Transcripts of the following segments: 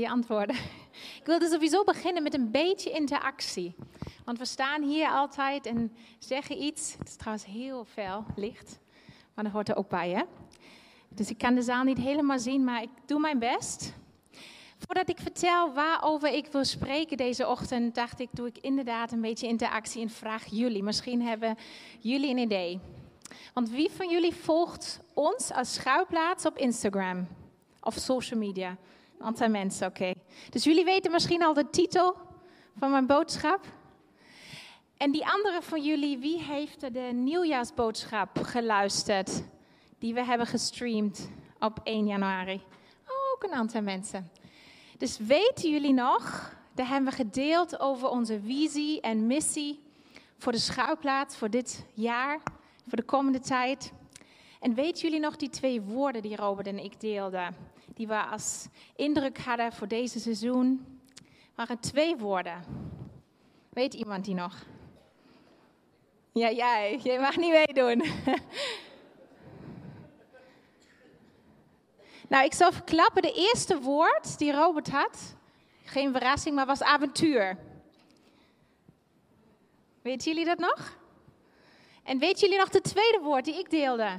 je antwoorden. Ik wilde sowieso beginnen met een beetje interactie. Want we staan hier altijd en zeggen iets. Het is trouwens heel fel licht, maar dat hoort er ook bij, hè? Dus ik kan de zaal niet helemaal zien, maar ik doe mijn best. Voordat ik vertel waarover ik wil spreken deze ochtend, dacht ik, doe ik inderdaad een beetje interactie en vraag jullie. Misschien hebben jullie een idee. Want wie van jullie volgt ons als schuilplaats op Instagram of social media? Een aantal mensen, oké. Dus jullie weten misschien al de titel van mijn boodschap. En die andere van jullie, wie heeft er de nieuwjaarsboodschap geluisterd die we hebben gestreamd op 1 januari? Oh, ook een aantal mensen. Dus weten jullie nog, daar hebben we gedeeld over onze visie en missie voor de schuilplaats, voor dit jaar, voor de komende tijd. En weten jullie nog die 2 woorden die Robert en ik deelden, die we als indruk hadden voor deze seizoen? Waren 2 woorden. Weet iemand die nog? Ja, jij mag niet meedoen. Nou, ik zal verklappen, de eerste woord die Robert had, geen verrassing, maar was avontuur. Weten jullie dat nog? En weten jullie nog de tweede woord die ik deelde?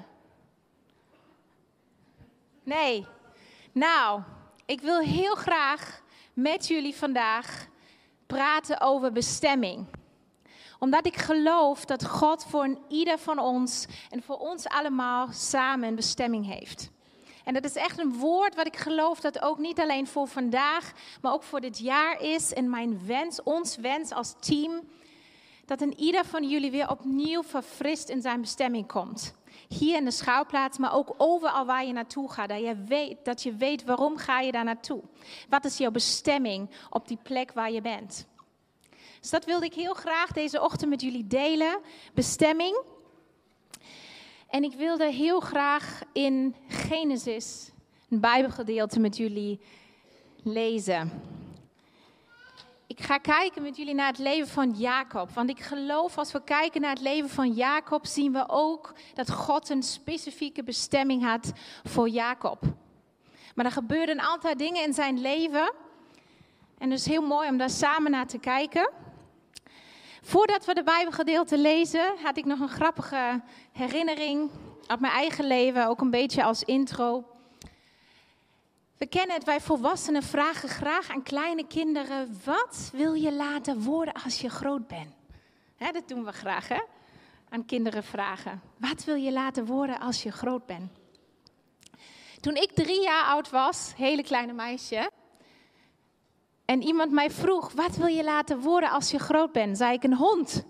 Nee. Nou, ik wil heel graag met jullie vandaag praten over bestemming. Omdat ik geloof dat God voor ieder van ons en voor ons allemaal samen een bestemming heeft. En dat is echt een woord wat ik geloof dat ook niet alleen voor vandaag, maar ook voor dit jaar is. En mijn wens, ons wens als team, dat een ieder van jullie weer opnieuw verfrist in zijn bestemming komt. Hier in de schouwplaats, maar ook overal waar je naartoe gaat. Dat je weet waarom ga je daar naartoe. Wat is jouw bestemming op die plek waar je bent. Dus dat wilde ik heel graag deze ochtend met jullie delen. Bestemming. En ik wilde heel graag in Genesis een Bijbelgedeelte met jullie lezen. Ik ga kijken met jullie naar het leven van Jacob. Want ik geloof als we kijken naar het leven van Jacob, zien we ook dat God een specifieke bestemming had voor Jacob. Maar er gebeurden een aantal dingen in zijn leven. En het is heel mooi om daar samen naar te kijken. Voordat we de Bijbelgedeelte lezen, had ik nog een grappige herinnering uit mijn eigen leven, ook een beetje als intro. We kennen het, wij volwassenen vragen graag aan kleine kinderen, wat wil je laten worden als je groot bent? Dat doen we graag, hè? Aan kinderen vragen. Wat wil je laten worden als je groot bent? Toen ik 3 jaar oud was, hele kleine meisje, en iemand mij vroeg, wat wil je laten worden als je groot bent? Zei ik, een hond.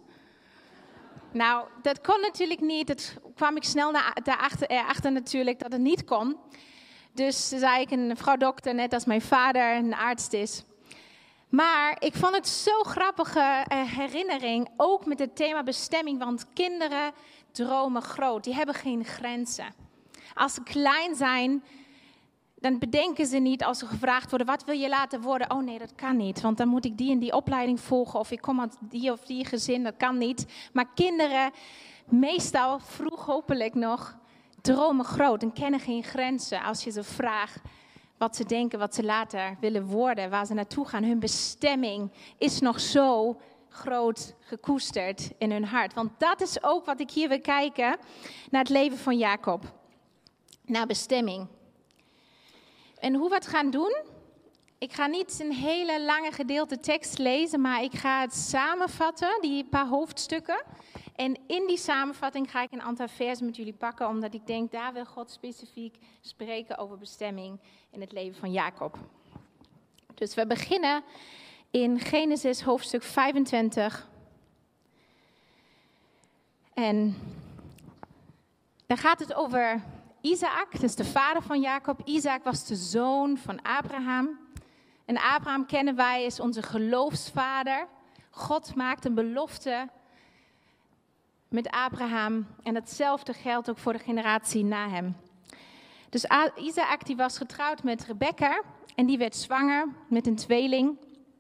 Nou, dat kon natuurlijk niet. Dat kwam ik snel erachter natuurlijk dat het niet kon. Dus zei ik, een vrouw dokter, net als mijn vader een arts is. Maar ik vond het zo'n grappige herinnering, ook met het thema bestemming. Want kinderen dromen groot, die hebben geen grenzen. Als ze klein zijn, dan bedenken ze niet als ze gevraagd worden, wat wil je laten worden? Oh nee, dat kan niet, want dan moet ik die en die opleiding volgen. Of ik kom uit die of die gezin, dat kan niet. Maar kinderen, meestal vroeg hopelijk nog, dromen groot en kennen geen grenzen. Als je ze vraagt wat ze denken, wat ze later willen worden, waar ze naartoe gaan. Hun bestemming is nog zo groot gekoesterd in hun hart. Want dat is ook wat ik hier wil kijken naar het leven van Jacob. Naar bestemming. En hoe we het gaan doen? Ik ga niet een hele lange gedeelte tekst lezen, maar ik ga het samenvatten, die paar hoofdstukken. En in die samenvatting ga ik een aantal versen met jullie pakken, omdat ik denk, daar wil God specifiek spreken over bestemming in het leven van Jacob. Dus we beginnen in Genesis hoofdstuk 25. En daar gaat het over Isaac, dat is de vader van Jacob. Isaac was de zoon van Abraham. En Abraham kennen wij, is onze geloofsvader. God maakt een belofte met Abraham. En hetzelfde geldt ook voor de generatie na hem. Dus Isaac die was getrouwd met Rebekka. En die werd zwanger met een tweeling.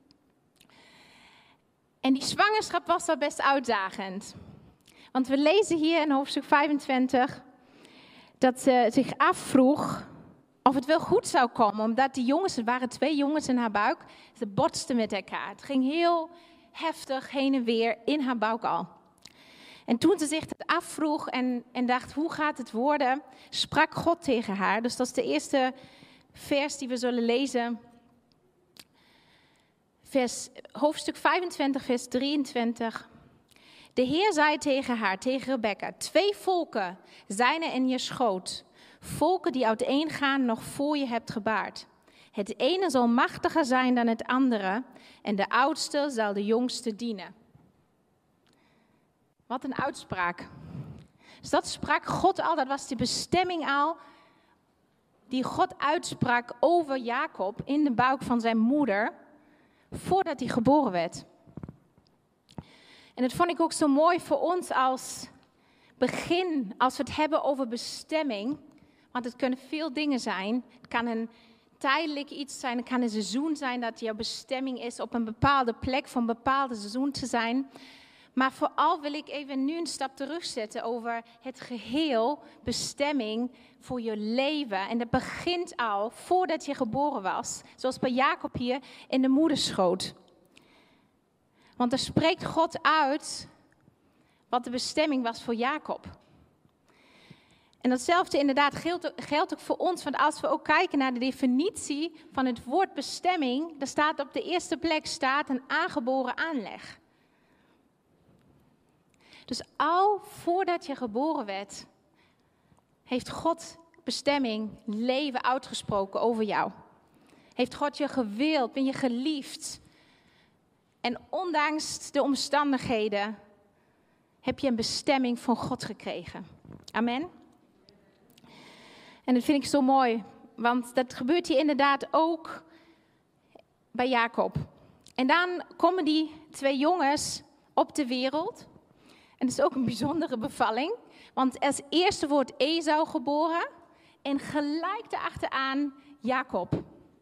En die zwangerschap was al best uitdagend. Want we lezen hier in hoofdstuk 25... dat ze zich afvroeg, of het wel goed zou komen. Omdat die jongens, er waren 2 jongens in haar buik, ze botsten met elkaar. Het ging heel heftig heen en weer in haar buik al. En toen ze zich het afvroeg en dacht, hoe gaat het worden, sprak God tegen haar. Dus dat is de eerste vers die we zullen lezen. Hoofdstuk 25, vers 23. De Heer zei tegen haar, tegen Rebekka, 2 volken zijn er in je schoot. Volken die uiteengaan nog voor je hebt gebaard. Het ene zal machtiger zijn dan het andere en de oudste zal de jongste dienen. Wat een uitspraak. Dus dat sprak God al, dat was de bestemming al die God uitsprak over Jacob in de buik van zijn moeder voordat hij geboren werd. En dat vond ik ook zo mooi voor ons als begin, als we het hebben over bestemming. Want het kunnen veel dingen zijn. Het kan een tijdelijk iets zijn, het kan een seizoen zijn dat jouw bestemming is op een bepaalde plek voor een bepaalde seizoen te zijn. Maar vooral wil ik even nu een stap terugzetten over het geheel bestemming voor je leven. En dat begint al voordat je geboren was, zoals bij Jacob hier in de moederschoot. Want er spreekt God uit wat de bestemming was voor Jacob. En datzelfde inderdaad geldt ook voor ons. Want als we ook kijken naar de definitie van het woord bestemming, daar staat op de eerste plek een aangeboren aanleg. Dus al voordat je geboren werd, heeft God bestemming, leven uitgesproken over jou. Heeft God je gewild, ben je geliefd. En ondanks de omstandigheden heb je een bestemming van God gekregen. Amen. En dat vind ik zo mooi, want dat gebeurt hier inderdaad ook bij Jacob. En dan komen die 2 jongens op de wereld. En dat is ook een bijzondere bevalling, want als eerste wordt Esau geboren en gelijk daarachteraan Jacob.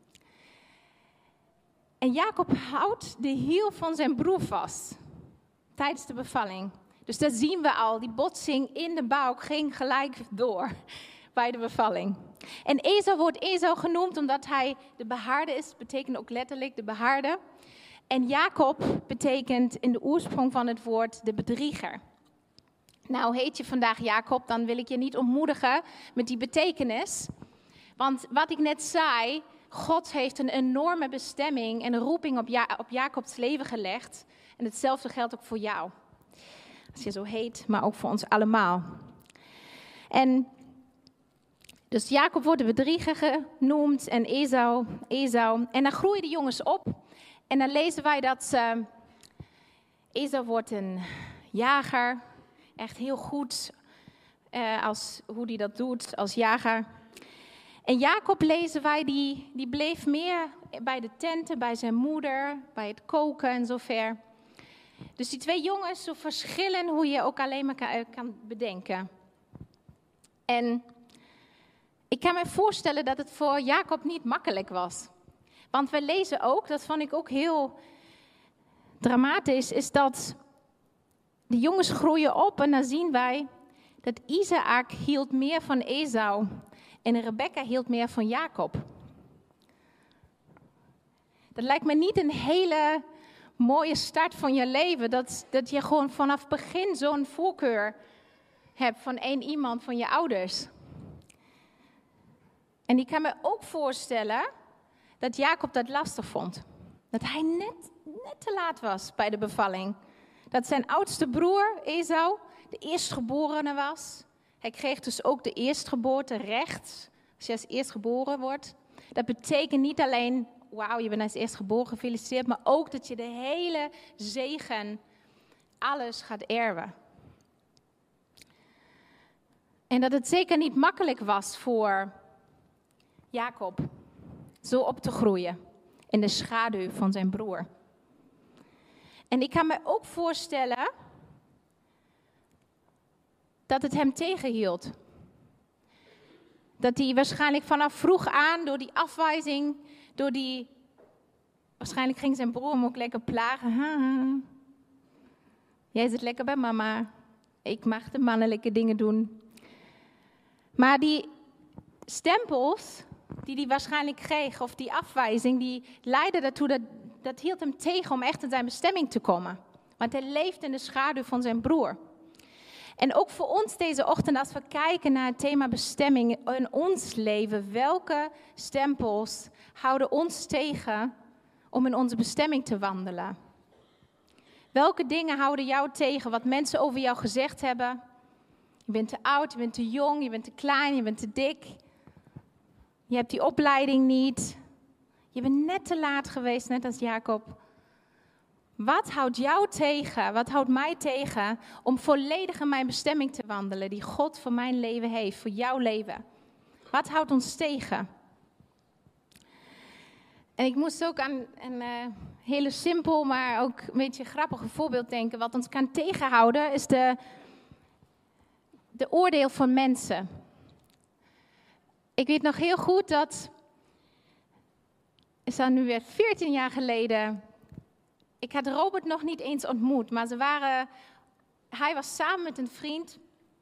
En Jacob houdt de hiel van zijn broer vast tijdens de bevalling. Dus dat zien we al, die botsing in de buik ging gelijk door bij de bevalling. En Esau wordt Esau genoemd omdat hij de behaarde is, betekent ook letterlijk de behaarde. En Jacob betekent in de oorsprong van het woord de bedrieger. Nou heet je vandaag Jacob, dan wil ik je niet ontmoedigen met die betekenis. Want wat ik net zei, God heeft een enorme bestemming en een roeping op Jacobs leven gelegd. En hetzelfde geldt ook voor jou. Als je zo heet, maar ook voor ons allemaal. En dus Jacob wordt de bedrieger genoemd en Esau. En dan groeien de jongens op. En dan lezen wij dat Esau wordt een jager. Echt heel goed als hoe hij dat doet als jager. En Jacob lezen wij, die bleef meer bij de tenten, bij zijn moeder, bij het koken en zover. Dus die 2 jongens, zo verschillen hoe je ook alleen maar kan bedenken. En ik kan me voorstellen dat het voor Jacob niet makkelijk was. Want we lezen ook, dat vond ik ook heel dramatisch, is dat de jongens groeien op en dan zien wij dat Isaac hield meer van Esau en Rebekka hield meer van Jacob. Dat lijkt me niet een hele mooie start van je leven, dat je gewoon vanaf begin zo'n voorkeur hebt van één iemand van je ouders. En ik kan me ook voorstellen dat Jacob dat lastig vond. Dat hij net te laat was bij de bevalling. Dat zijn oudste broer, Esau, de eerstgeborene was. Hij kreeg dus ook de eerstgeboorterecht. Als je als eerstgeboren wordt. Dat betekent niet alleen, wauw, je bent als eerstgeboren, gefeliciteerd. Maar ook dat je de hele zegen, alles gaat erven. En dat het zeker niet makkelijk was voor Jacob zo op te groeien in de schaduw van zijn broer. En ik kan me ook voorstellen dat het hem tegenhield. Dat hij waarschijnlijk vanaf vroeg aan, door die afwijzing, waarschijnlijk ging zijn broer hem ook lekker plagen. Jij zit lekker bij mama, ik mag de mannelijke dingen doen. Maar die stempels die hij waarschijnlijk kreeg, of die afwijzing, die leidde ertoe, dat hield hem tegen om echt in zijn bestemming te komen. Want hij leeft in de schaduw van zijn broer. En ook voor ons deze ochtend, als we kijken naar het thema bestemming in ons leven, welke stempels houden ons tegen om in onze bestemming te wandelen? Welke dingen houden jou tegen, wat mensen over jou gezegd hebben? Je bent te oud, je bent te jong, je bent te klein, je bent te dik. Je hebt die opleiding niet. Je bent net te laat geweest, net als Jacob. Wat houdt jou tegen, wat houdt mij tegen om volledig in mijn bestemming te wandelen die God voor mijn leven heeft, voor jouw leven? Wat houdt ons tegen? En ik moest ook aan een hele simpel, maar ook een beetje grappige voorbeeld denken. Wat ons kan tegenhouden is de oordeel van mensen. Ik weet nog heel goed dat, is dat nu weer 14 jaar geleden. Ik had Robert nog niet eens ontmoet, maar hij was samen met een vriend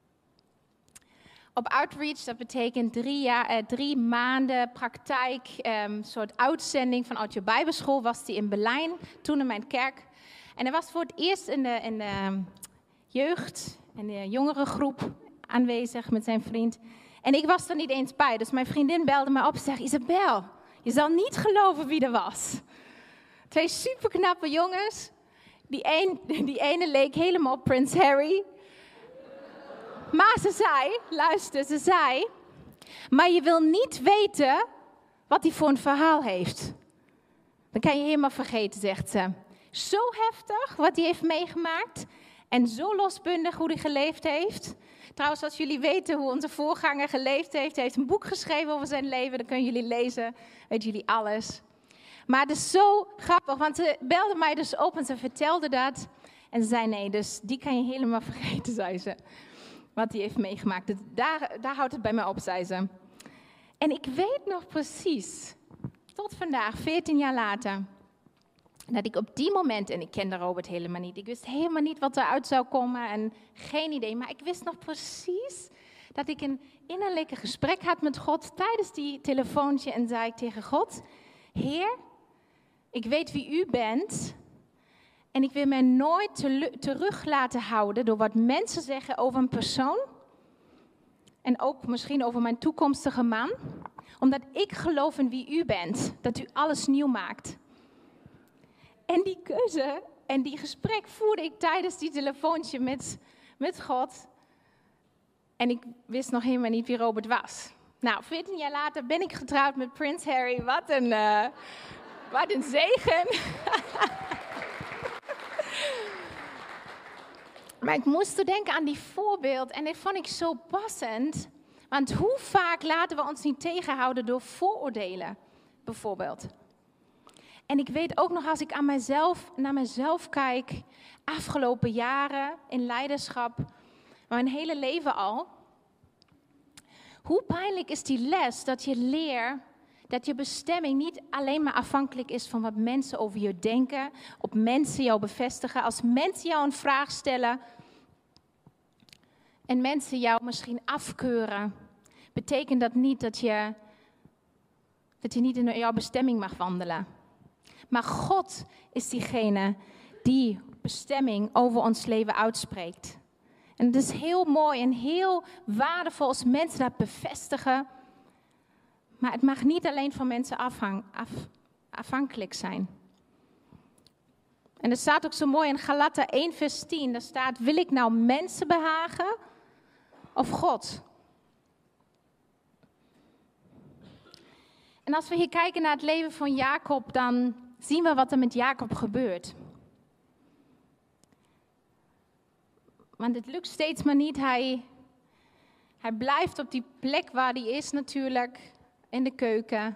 op outreach. Dat betekent 3 maanden praktijk, soort uitzending vanuit je bijbelschool was hij in Berlijn, toen in mijn kerk. En hij was voor het eerst in de jeugd, in de jongerengroep aanwezig met zijn vriend. En ik was er niet eens bij, dus mijn vriendin belde me op en zei, Isabel, je zal niet geloven wie er was. 2 superknappe jongens. Die ene leek helemaal op Prins Harry. Maar ze zei, maar je wil niet weten wat hij voor een verhaal heeft. Dan kan je helemaal vergeten, zegt ze. Zo heftig wat hij heeft meegemaakt en zo losbundig hoe hij geleefd heeft. Trouwens, als jullie weten hoe onze voorganger geleefd heeft, hij heeft een boek geschreven over zijn leven, dan kunnen jullie lezen, weten jullie alles. Maar het is zo grappig, want ze belde mij dus op en ze vertelde dat. En ze zei, nee, dus die kan je helemaal vergeten, zei ze. Wat hij heeft meegemaakt. Dus daar houdt het bij mij op, zei ze. En ik weet nog precies, tot vandaag, 14 jaar later, dat ik op die moment, en ik kende Robert helemaal niet. Ik wist helemaal niet wat eruit zou komen en geen idee. Maar ik wist nog precies dat ik een innerlijke gesprek had met God tijdens die telefoontje. En zei ik tegen God, Heer, ik weet wie u bent en ik wil mij nooit terug laten houden door wat mensen zeggen over een persoon. En ook misschien over mijn toekomstige man. Omdat ik geloof in wie u bent, dat u alles nieuw maakt. En die keuze en die gesprek voerde ik tijdens die telefoontje met God. En ik wist nog helemaal niet wie Robert was. Nou, 14 jaar later ben ik getrouwd met Prins Harry. Wat een zegen. Maar ik moest zo denken aan die voorbeeld. En dat vond ik zo passend. Want hoe vaak laten we ons niet tegenhouden door vooroordelen, bijvoorbeeld. En ik weet ook nog, als ik naar mezelf kijk, afgelopen jaren in leiderschap, mijn hele leven al. Hoe pijnlijk is die les dat je leert dat je bestemming niet alleen maar afhankelijk is van wat mensen over je denken, of mensen jou bevestigen. Als mensen jou een vraag stellen en mensen jou misschien afkeuren, betekent dat niet dat je niet in jouw bestemming mag wandelen. Maar God is diegene die bestemming over ons leven uitspreekt. En het is heel mooi en heel waardevol als mensen dat bevestigen. Maar het mag niet alleen van mensen afhankelijk zijn. En er staat ook zo mooi in Galaten 1 vers 10. Daar staat, wil ik nou mensen behagen of God? En als we hier kijken naar het leven van Jacob, dan zien we wat er met Jacob gebeurt. Want het lukt steeds maar niet. Hij blijft op die plek waar hij is natuurlijk, in de keuken.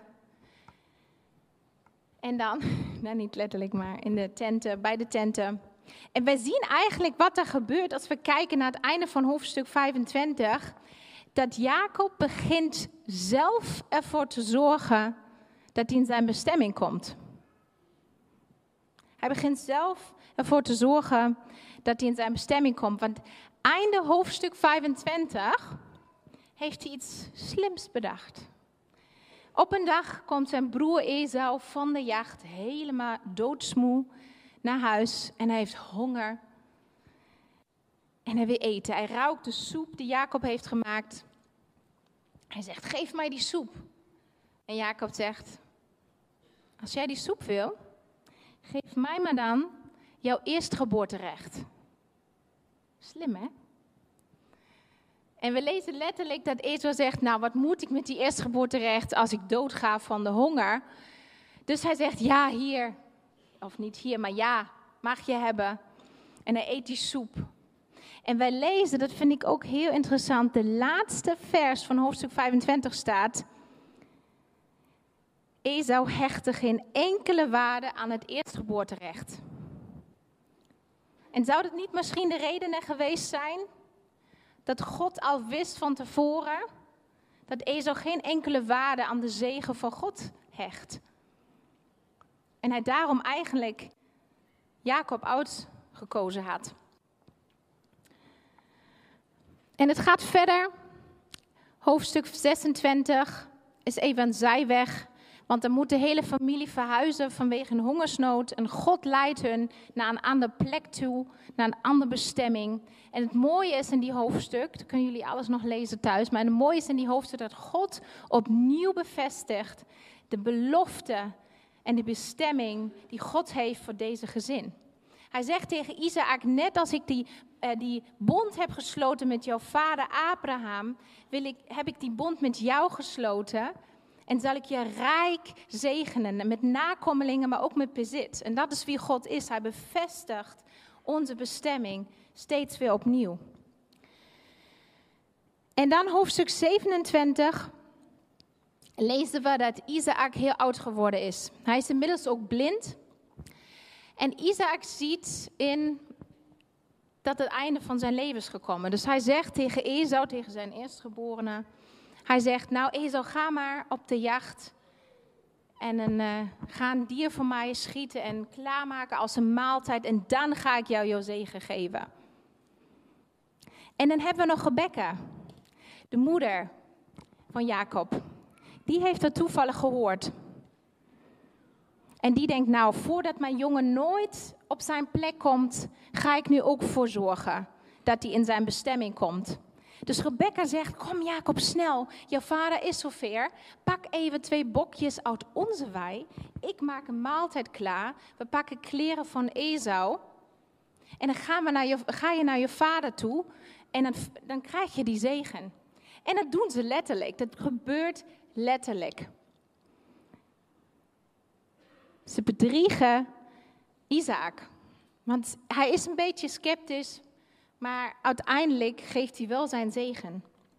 En dan, nou niet letterlijk maar, in de tenten, bij de tenten. En wij zien eigenlijk wat er gebeurt als we kijken naar het einde van hoofdstuk 25. Dat Jacob begint zelf ervoor te zorgen dat hij in zijn bestemming komt. Hij begint zelf ervoor te zorgen dat hij in zijn bestemming komt. Want einde hoofdstuk 25 heeft hij iets slims bedacht. Op een dag komt zijn broer Esau van de jacht helemaal doodsmoe naar huis en hij heeft honger. En hij wil eten. Hij ruikt de soep die Jacob heeft gemaakt. Hij zegt, geef mij die soep. En Jacob zegt, als jij die soep wil, geef mij maar dan jouw eerstgeboorterecht. Slim, hè? En we lezen letterlijk dat Esau zegt, nou wat moet ik met die eerstgeboorterecht als ik doodga van de honger? Dus hij zegt, ja hier, of niet hier, maar ja, mag je hebben. En hij eet die soep. En wij lezen, dat vind ik ook heel interessant, de laatste vers van hoofdstuk 25 staat. Esau hechtte geen enkele waarde aan het eerstgeboorterecht. En zou dat niet misschien de redenen geweest zijn dat God al wist van tevoren dat Esau geen enkele waarde aan de zegen van God hecht? En hij daarom eigenlijk Jacob uitgekozen had. En het gaat verder. Hoofdstuk 26 is even een zijweg. Want dan moet de hele familie verhuizen vanwege een hongersnood. En God leidt hun naar een andere plek toe, naar een andere bestemming. En het mooie is in die hoofdstuk, dan kunnen jullie alles nog lezen thuis. Maar het mooie is in die hoofdstuk dat God opnieuw bevestigt de belofte en de bestemming die God heeft voor deze gezin. Hij zegt tegen Isaac, net als ik die bond heb gesloten met jouw vader Abraham, heb ik die bond met jou gesloten. En zal ik je rijk zegenen, met nakomelingen, maar ook met bezit. En dat is wie God is. Hij bevestigt onze bestemming steeds weer opnieuw. En dan hoofdstuk 27 lezen we dat Isaac heel oud geworden is. Hij is inmiddels ook blind. En Isaac ziet in dat het einde van zijn leven is gekomen. Dus hij zegt tegen Esau, tegen zijn eerstgeborene, hij zegt, nou Esau, ga maar op de jacht en ga een dier voor mij schieten en klaarmaken als een maaltijd en dan ga ik jou jouw zegen geven. En dan hebben we nog Rebekka, de moeder van Jacob. Die heeft dat toevallig gehoord. En die denkt, nou, voordat mijn jongen nooit op zijn plek komt, ga ik nu ook voor zorgen dat hij in zijn bestemming komt. Dus Rebekka zegt, kom Jacob, snel, jouw vader is zover. Pak even 2 bokjes uit onze wei. Ik maak een maaltijd klaar. We pakken kleren van Esau. En dan ga je naar je vader toe en dan krijg je die zegen. En dat doen ze letterlijk, dat gebeurt letterlijk. Ze bedriegen Isaac, want hij is een beetje sceptisch, maar uiteindelijk geeft hij wel zijn zegen.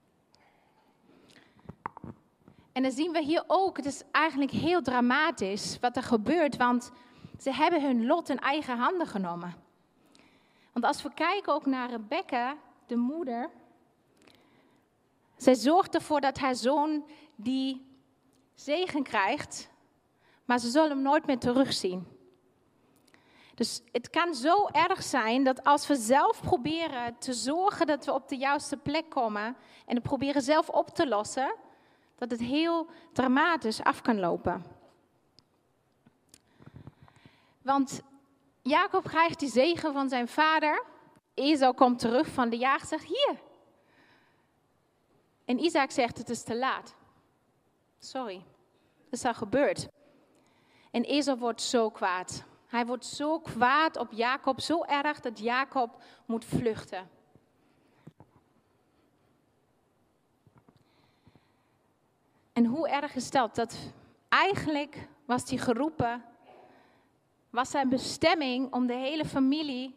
En dan zien we hier ook, het is eigenlijk heel dramatisch wat er gebeurt, want ze hebben hun lot in eigen handen genomen. Want als we kijken ook naar Rebekka, de moeder, zij zorgt ervoor dat haar zoon die zegen krijgt, maar ze zullen hem nooit meer terugzien. Dus het kan zo erg zijn dat als we zelf proberen te zorgen dat we op de juiste plek komen en het proberen zelf op te lossen, dat het heel dramatisch af kan lopen. Want Jacob krijgt die zegen van zijn vader. Esau komt terug van de jacht, zegt hier. En Isaac zegt, het is te laat. Sorry, dat is al gebeurd. En Esau wordt zo kwaad. Hij wordt zo kwaad op Jacob, zo erg dat Jacob moet vluchten. En hoe erg is dat? Dat eigenlijk was hij geroepen, was zijn bestemming om de hele familie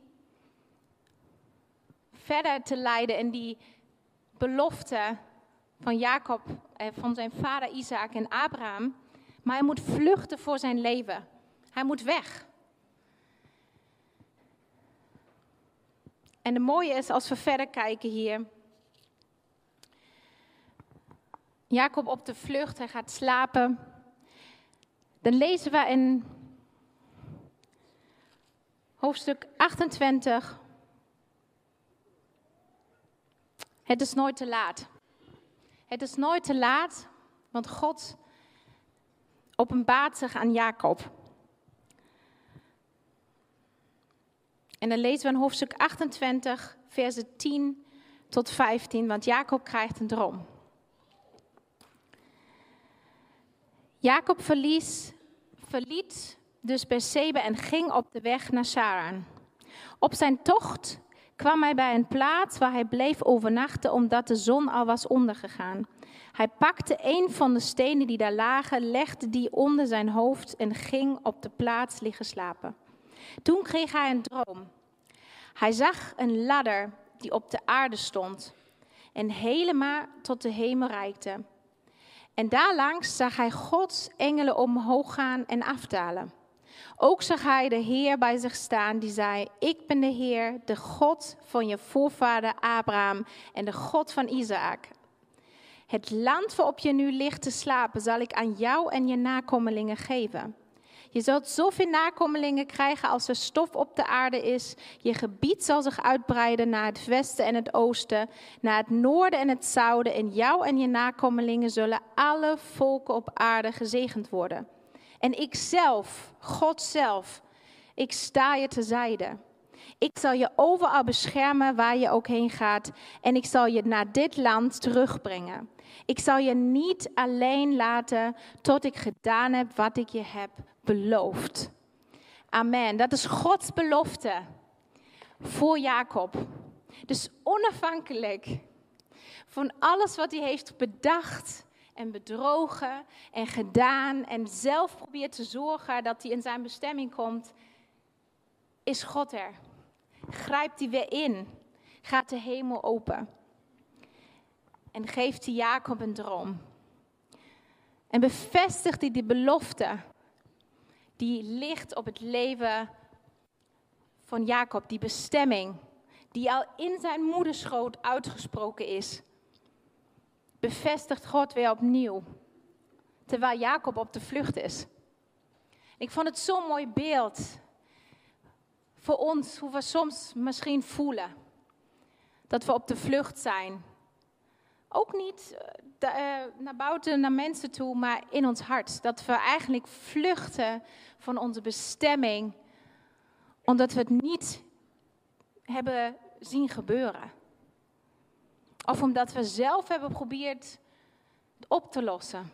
verder te leiden in die belofte van Jacob, van zijn vader Isaac en Abraham. Maar hij moet vluchten voor zijn leven. Hij moet weg. En het mooie is, als we verder kijken hier. Jacob op de vlucht, hij gaat slapen. Dan lezen we in hoofdstuk 28. Het is nooit te laat. Het is nooit te laat, want God openbaart zich aan Jacob. En dan lezen we in hoofdstuk 28, versen 10 tot 15, want Jacob krijgt een droom. Jacob verliet dus Beerseba en ging op de weg naar Charan. Op zijn tocht kwam hij bij een plaats waar hij bleef overnachten omdat de zon al was ondergegaan. Hij pakte een van de stenen die daar lagen, legde die onder zijn hoofd en ging op de plaats liggen slapen. Toen kreeg hij een droom. Hij zag een ladder die op de aarde stond en helemaal tot de hemel reikte. En daarlangs zag hij Gods engelen omhoog gaan en afdalen. Ook zag hij de Heer bij zich staan die zei: ik ben de Heer, de God van je voorvader Abraham en de God van Isaac. Het land waarop je nu ligt te slapen zal ik aan jou en je nakomelingen geven. Je zult zoveel nakomelingen krijgen als er stof op de aarde is. Je gebied zal zich uitbreiden naar het westen en het oosten, naar het noorden en het zuiden. En jou en je nakomelingen zullen alle volken op aarde gezegend worden. En ik zelf, God zelf, ik sta je terzijde. Ik zal je overal beschermen waar je ook heen gaat. En ik zal je naar dit land terugbrengen. Ik zal je niet alleen laten tot ik gedaan heb wat ik je heb beloofd. Amen. Dat is Gods belofte voor Jacob. Dus onafhankelijk van alles wat hij heeft bedacht en bedrogen en gedaan en zelf probeert te zorgen dat hij in zijn bestemming komt, is God er. Grijpt hij weer in, gaat de hemel open en geeft hij Jacob een droom. En bevestigt hij die belofte die ligt op het leven van Jacob, die bestemming die al in zijn moederschoot uitgesproken is. Bevestigt God weer opnieuw, terwijl Jacob op de vlucht is. Ik vond het zo'n mooi beeld voor ons, hoe we soms misschien voelen. Dat we op de vlucht zijn. Ook niet naar buiten, naar mensen toe, maar in ons hart. Dat we eigenlijk vluchten van onze bestemming, omdat we het niet hebben zien gebeuren. Of omdat we zelf hebben geprobeerd het op te lossen.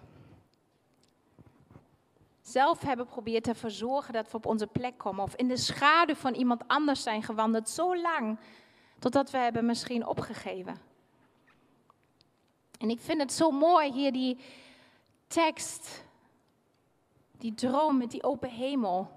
Zelf hebben geprobeerd ervoor te zorgen dat we op onze plek komen. Of in de schaduw van iemand anders zijn gewandeld zo lang, totdat we hebben misschien opgegeven. En ik vind het zo mooi hier die tekst, die droom met die open hemel.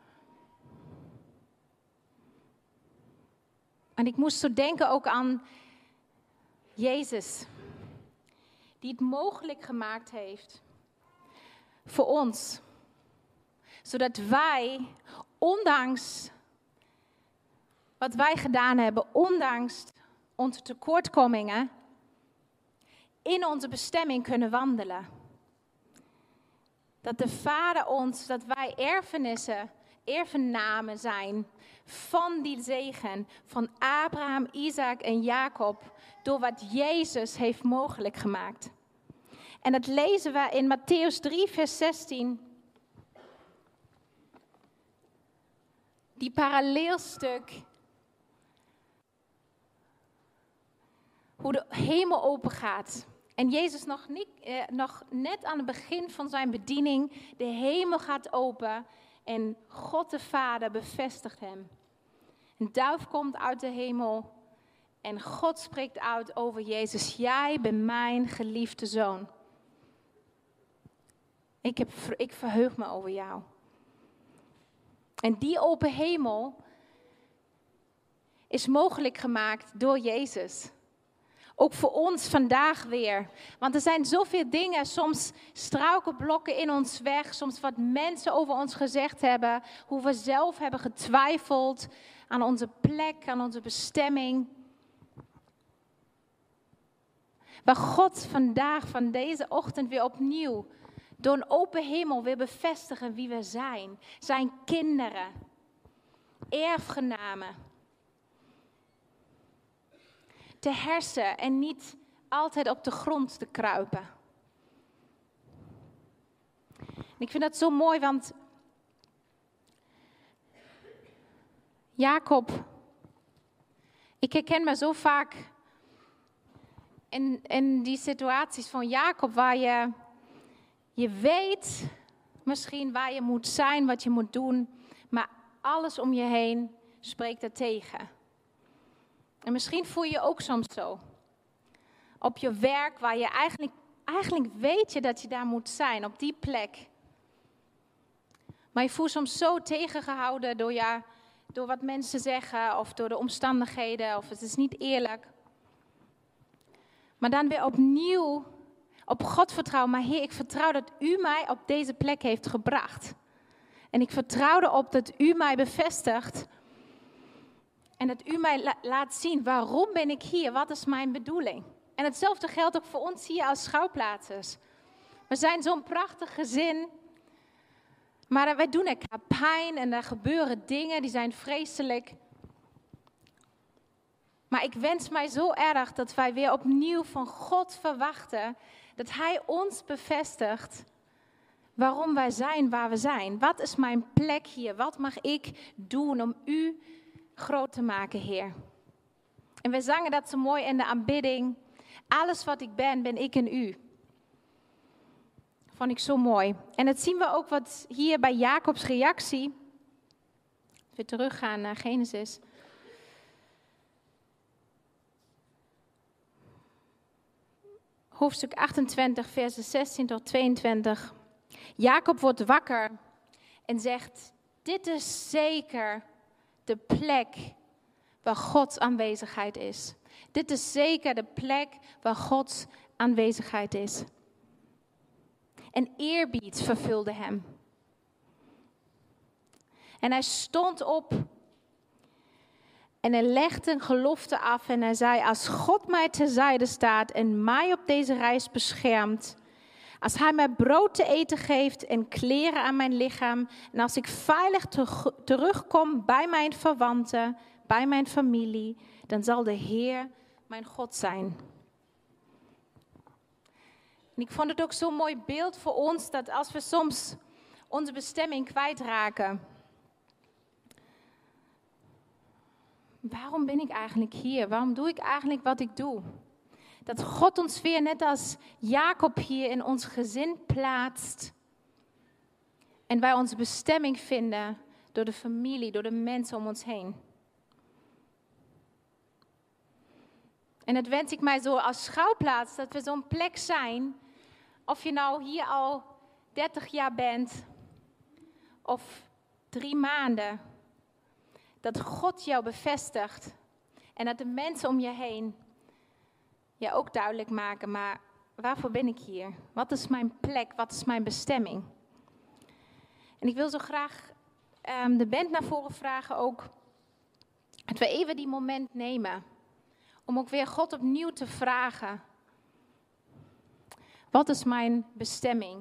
En ik moest zo denken ook aan Jezus, die het mogelijk gemaakt heeft voor ons. Zodat wij, ondanks wat wij gedaan hebben, ondanks onze tekortkomingen, in onze bestemming kunnen wandelen. Dat de Vader ons, dat wij erfenamen zijn van die zegen van Abraham, Isaac en Jacob, door wat Jezus heeft mogelijk gemaakt. En dat lezen we in Mattheüs 3, vers 16. Die paralleelstuk. Hoe de hemel open gaat. En Jezus nog net aan het begin van zijn bediening. De hemel gaat open. En God de Vader bevestigt hem. Een duif komt uit de hemel. En God spreekt uit over Jezus. Jij bent mijn geliefde zoon. Ik verheug me over jou. En die open hemel is mogelijk gemaakt door Jezus. Ook voor ons vandaag weer. Want er zijn zoveel dingen, soms struikelblokken in ons weg. Soms wat mensen over ons gezegd hebben. Hoe we zelf hebben getwijfeld aan onze plek, aan onze bestemming. Waar God vandaag, van deze ochtend weer opnieuw, door een open hemel weer bevestigen wie we zijn. Zijn kinderen, erfgenamen. Te hersen en niet altijd op de grond te kruipen. ik vind dat zo mooi, want Jacob, ik herken me zo vaak in die situaties van Jacob, waar je weet misschien waar je moet zijn, wat je moet doen, maar alles om je heen spreekt er tegen. En misschien voel je je ook soms zo. Op je werk, waar je eigenlijk weet je dat je daar moet zijn, op die plek. Maar je voelt soms zo tegengehouden door wat mensen zeggen, of door de omstandigheden, of het is niet eerlijk. Maar dan weer opnieuw op God vertrouwen. Maar Heer, ik vertrouw dat U mij op deze plek heeft gebracht. En ik vertrouw erop dat U mij bevestigt. En dat U mij laat zien, waarom ben ik hier? Wat is mijn bedoeling? En hetzelfde geldt ook voor ons hier als schouwplaatsers. We zijn zo'n prachtig gezin. Maar wij doen elkaar pijn en er gebeuren dingen die zijn vreselijk. Maar ik wens mij zo erg dat wij weer opnieuw van God verwachten. Dat Hij ons bevestigt waarom wij zijn waar we zijn. Wat is mijn plek hier? Wat mag ik doen om U groot te maken, Heer? En we zangen dat zo mooi in de aanbidding. Alles wat ik ben, ben ik in U. Vond ik zo mooi. En dat zien we ook wat hier bij Jacobs reactie. Weer teruggaan naar Genesis. Hoofdstuk 28, versen 16 tot 22. Jacob wordt wakker en zegt: dit is zeker de plek waar Gods aanwezigheid is. Dit is zeker de plek waar Gods aanwezigheid is. En eerbied vervulde hem. En hij stond op en hij legde een gelofte af en hij zei: als God mij terzijde staat en mij op deze reis beschermt, als hij mij brood te eten geeft en kleren aan mijn lichaam, en als ik veilig terugkom bij mijn verwanten, bij mijn familie, dan zal de Heer mijn God zijn. En ik vond het ook zo'n mooi beeld voor ons, dat als we soms onze bestemming kwijtraken. Waarom ben ik eigenlijk hier? Waarom doe ik eigenlijk wat ik doe? Dat God ons weer, net als Jacob hier, in ons gezin plaatst. En wij onze bestemming vinden door de familie, door de mensen om ons heen. En dat wens ik mij zo als schouwplaats, dat we zo'n plek zijn. Of je nou hier al 30 jaar bent, of 3 maanden. Dat God jou bevestigt. En dat de mensen om je heen je ook duidelijk maken. Maar waarvoor ben ik hier? Wat is mijn plek? Wat is mijn bestemming? En ik wil zo graag de band naar voren vragen ook. Dat we even die moment nemen. Om ook weer God opnieuw te vragen. Wat is mijn bestemming?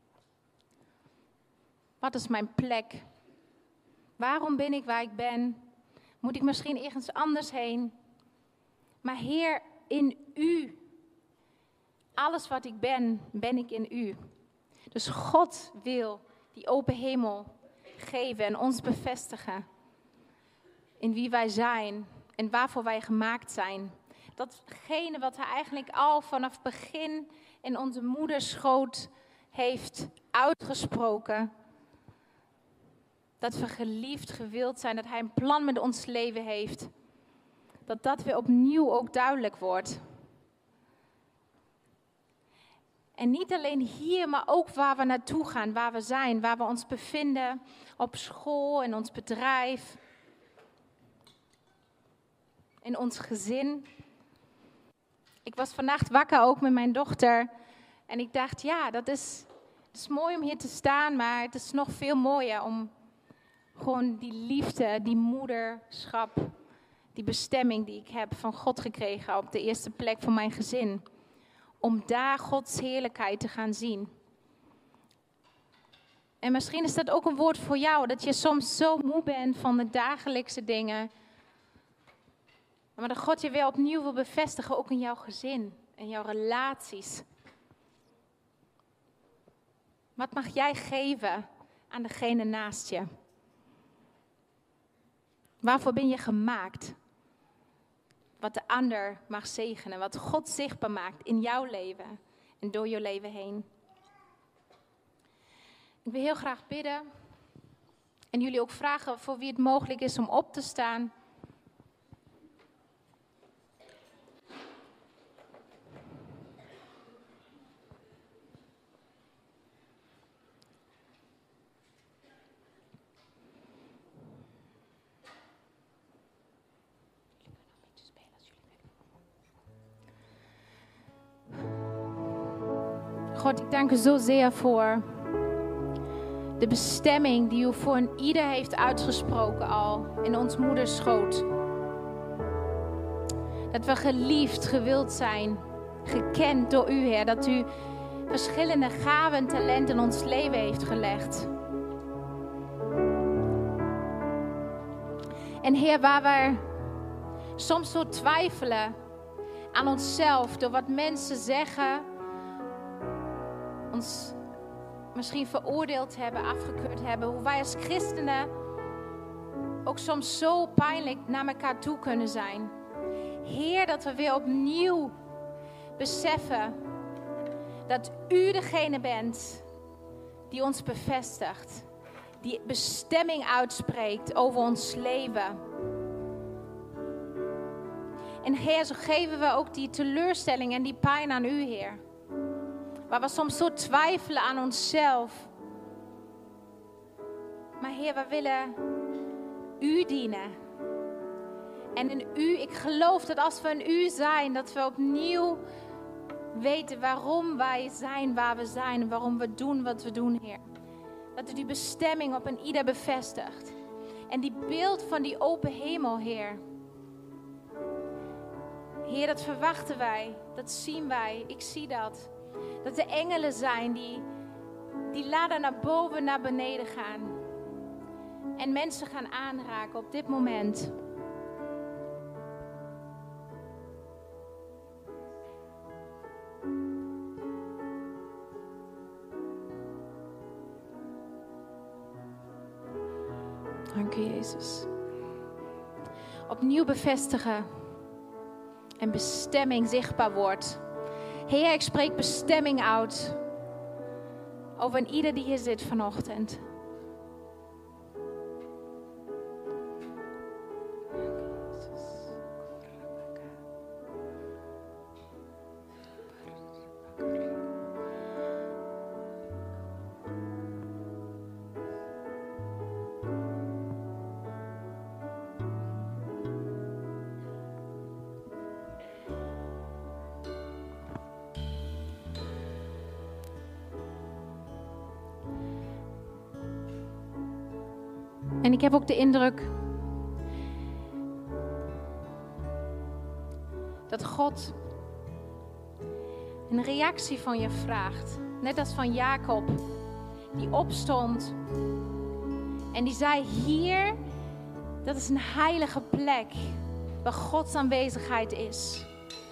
Wat is mijn plek? Waarom ben ik waar ik ben? Moet ik misschien ergens anders heen? Maar Heer, in U. Alles wat ik ben, ben ik in U. Dus God wil die open hemel geven en ons bevestigen. In wie wij zijn en waarvoor wij gemaakt zijn. Datgene wat Hij eigenlijk al vanaf begin in onze moederschoot heeft uitgesproken. Dat we geliefd, gewild zijn, dat Hij een plan met ons leven heeft. Dat weer opnieuw ook duidelijk wordt. En niet alleen hier, maar ook waar we naartoe gaan, waar we zijn, waar we ons bevinden, op school, in ons bedrijf, in ons gezin. Ik was vannacht wakker ook met mijn dochter en ik dacht, ja, het is mooi om hier te staan, maar het is nog veel mooier om gewoon die liefde, die moederschap, die bestemming die ik heb van God gekregen op de eerste plek van mijn gezin. Om daar Gods heerlijkheid te gaan zien. En misschien is dat ook een woord voor jou, dat je soms zo moe bent van de dagelijkse dingen. Maar dat God je weer opnieuw wil bevestigen, ook in jouw gezin en jouw relaties. Wat mag jij geven aan degene naast je? Waarvoor ben je gemaakt? Wat de ander mag zegenen, wat God zichtbaar maakt in jouw leven en door jouw leven heen. Ik wil heel graag bidden en jullie ook vragen voor wie het mogelijk is om op te staan. God, ik dank u zozeer voor de bestemming die u voor een ieder heeft uitgesproken al in ons moederschoot. Dat we geliefd, gewild zijn, gekend door u, Heer. Dat u verschillende gaven en talenten in ons leven heeft gelegd. En Heer, waar we soms zo twijfelen aan onszelf door wat mensen zeggen, ons misschien veroordeeld hebben, afgekeurd hebben, hoe wij als christenen ook soms zo pijnlijk naar elkaar toe kunnen zijn. Heer, dat we weer opnieuw beseffen dat u degene bent die ons bevestigt, die bestemming uitspreekt over ons leven. En Heer, zo geven we ook die teleurstelling en die pijn aan u, Heer. Waar we soms zo twijfelen aan onszelf. Maar Heer, we willen u dienen. En in u, ik geloof dat als we in u zijn, dat we opnieuw weten waarom wij zijn waar we zijn. En waarom we doen wat we doen, Heer. Dat u die bestemming op een ieder bevestigt. En die beeld van die open hemel, Heer. Heer, dat verwachten wij. Dat zien wij. Ik zie dat. Dat er engelen zijn die ladder naar boven, naar beneden gaan. En mensen gaan aanraken op dit moment. Dank u, Jezus. Opnieuw bevestigen en bestemming zichtbaar wordt. Heer, ik spreek bestemming uit over een ieder die hier zit vanochtend. En ik heb ook de indruk dat God een reactie van je vraagt. Net als van Jacob, die opstond en die zei, hier, dat is een heilige plek waar Gods aanwezigheid is.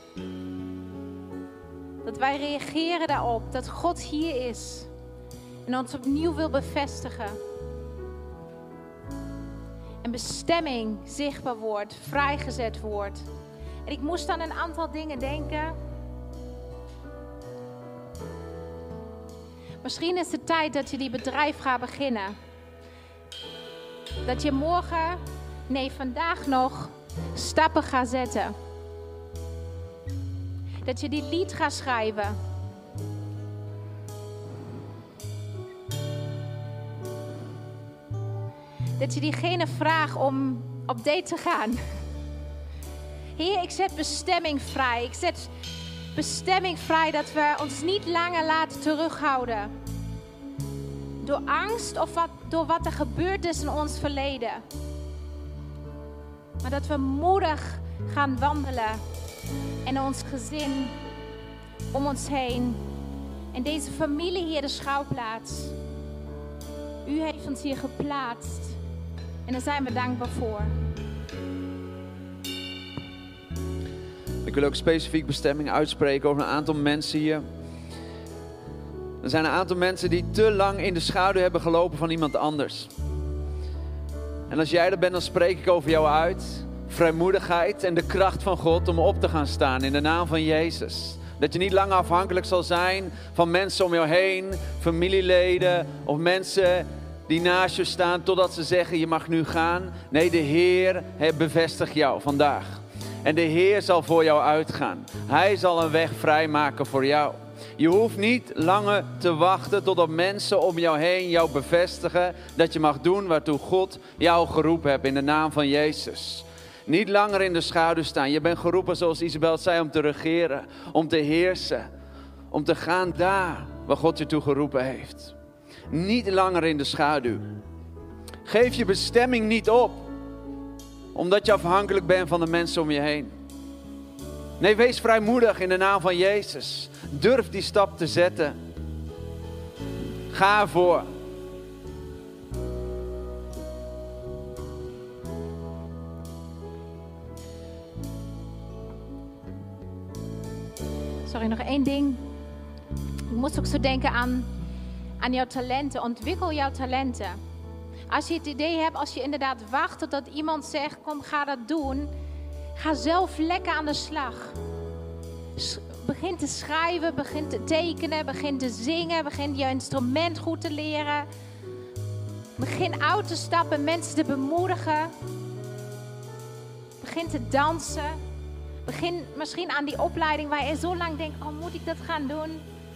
Dat wij reageren daarop, dat God hier is en ons opnieuw wil bevestigen. En bestemming zichtbaar wordt, vrijgezet wordt. En ik moest aan een aantal dingen denken. Misschien is het tijd dat je die bedrijf gaat beginnen. Dat je morgen, nee vandaag nog, stappen gaat zetten. Dat je die lied gaat schrijven. Dat je diegene vraagt om op date te gaan. Heer, ik zet bestemming vrij. Ik zet bestemming vrij dat we ons niet langer laten terughouden. Door angst of door wat er gebeurd is in ons verleden. Maar dat we moedig gaan wandelen. En ons gezin om ons heen. En deze familie hier de schouwplaats. U heeft ons hier geplaatst. En daar zijn we dankbaar voor. Ik wil ook specifiek bestemming uitspreken over een aantal mensen hier. Er zijn een aantal mensen die te lang in de schaduw hebben gelopen van iemand anders. En als jij er bent, dan spreek ik over jou uit. Vrijmoedigheid en de kracht van God om op te gaan staan in de naam van Jezus. Dat je niet langer afhankelijk zal zijn van mensen om jou heen, familieleden of mensen die naast je staan totdat ze zeggen je mag nu gaan. Nee, de Heer bevestigt jou vandaag. En de Heer zal voor jou uitgaan. Hij zal een weg vrijmaken voor jou. Je hoeft niet langer te wachten totdat mensen om jou heen jou bevestigen dat je mag doen waartoe God jou geroepen hebt in de naam van Jezus. Niet langer in de schaduw staan. Je bent geroepen, zoals Isabel zei, om te regeren, om te heersen. Om te gaan daar waar God je toe geroepen heeft. Niet langer in de schaduw. Geef je bestemming niet op, omdat je afhankelijk bent van de mensen om je heen. Nee, wees vrijmoedig in de naam van Jezus. Durf die stap te zetten. Ga ervoor. Sorry, nog één ding. Ik moest ook zo denken aan jouw talenten. Ontwikkel jouw talenten. Als je het idee hebt, als je inderdaad wacht totdat iemand zegt, kom, ga dat doen. Ga zelf lekker aan de slag. Begin te schrijven, begin te tekenen, begin te zingen, begin je instrument goed te leren. Begin uit te stappen, mensen te bemoedigen. Begin te dansen. Begin misschien aan die opleiding waar je zo lang denkt, oh, moet ik dat gaan doen?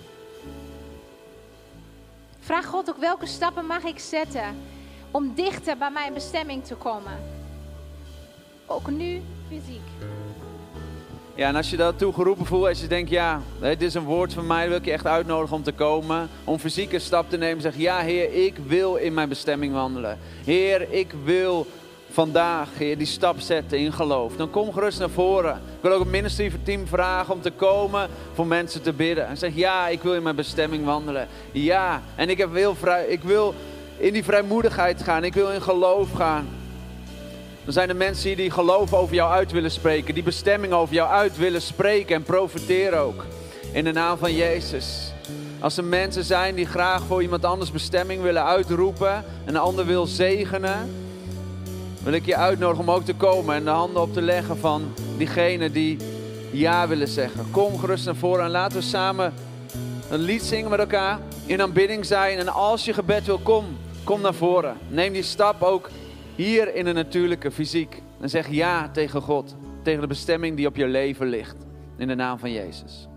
Vraag God ook, welke stappen mag ik zetten om dichter bij mijn bestemming te komen? Ook nu fysiek. Ja, en als je daartoe geroepen voelt, als je denkt, ja, dit is een woord van mij, wil ik je echt uitnodigen om te komen. Om fysieke stap te nemen, zeg, ja Heer, ik wil in mijn bestemming wandelen. Heer, ik wil vandaag, Heer, die stap zetten in geloof. Dan kom gerust naar voren. Ik wil ook het ministry-team vragen om te komen voor mensen te bidden. En zeg, ja, ik wil in mijn bestemming wandelen. Ja, en ik wil in die vrijmoedigheid gaan. Ik wil in geloof gaan. Dan zijn er mensen hier die geloof over jou uit willen spreken. Die bestemming over jou uit willen spreken en profiteren ook. In de naam van Jezus. Als er mensen zijn die graag voor iemand anders bestemming willen uitroepen. En een ander wil zegenen. Wil ik je uitnodigen om ook te komen en de handen op te leggen van diegenen die ja willen zeggen. Kom gerust naar voren en laten we samen een lied zingen met elkaar. In aanbidding zijn. En als je gebed wil, kom naar voren. Neem die stap ook hier in de natuurlijke fysiek. En zeg ja tegen God. Tegen de bestemming die op je leven ligt. In de naam van Jezus.